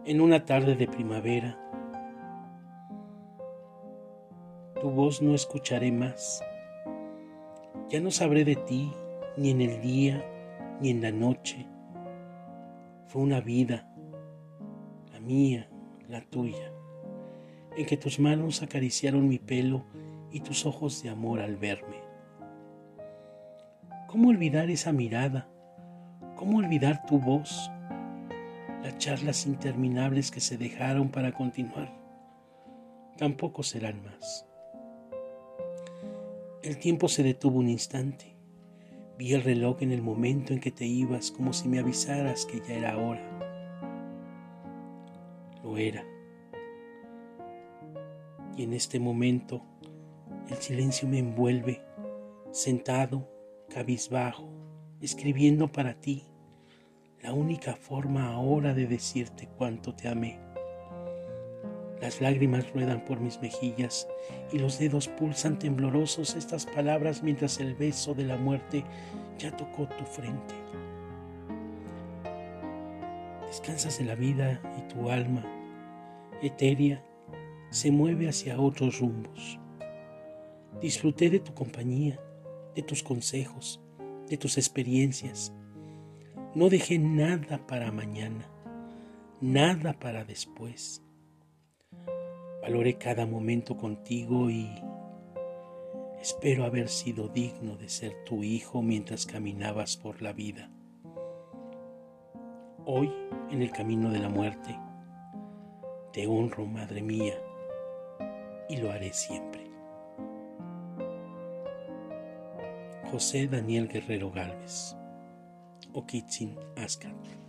En una tarde de primavera, tu voz no escucharé más. Ya no sabré de ti, ni en el día, ni en la noche. Fue una vida, la mía, la tuya, en que tus manos acariciaron mi pelo y tus ojos de amor al verme. ¿Cómo olvidar esa mirada? ¿Cómo olvidar tu voz? Las charlas interminables que se dejaron para continuar, tampoco serán más. El tiempo se detuvo un instante. Vi el reloj en el momento en que te ibas, como si me avisaras que ya era hora. Lo era. Y en este momento el silencio me envuelve, sentado, cabizbajo, escribiendo para ti, la única forma ahora de decirte cuánto te amé. Las lágrimas ruedan por mis mejillas y los dedos pulsan temblorosos estas palabras mientras el beso de la muerte ya tocó tu frente. Descansas de la vida y tu alma, etérea, se mueve hacia otros rumbos. Disfruté de tu compañía, de tus consejos, de tus experiencias. No dejé nada para mañana, nada para después. Valoré cada momento contigo y espero haber sido digno de ser tu hijo mientras caminabas por la vida. Hoy, en el camino de la muerte, te honro, madre mía, y lo haré siempre. José Daniel Guerrero Gálvez, Oquitzin Azcatl.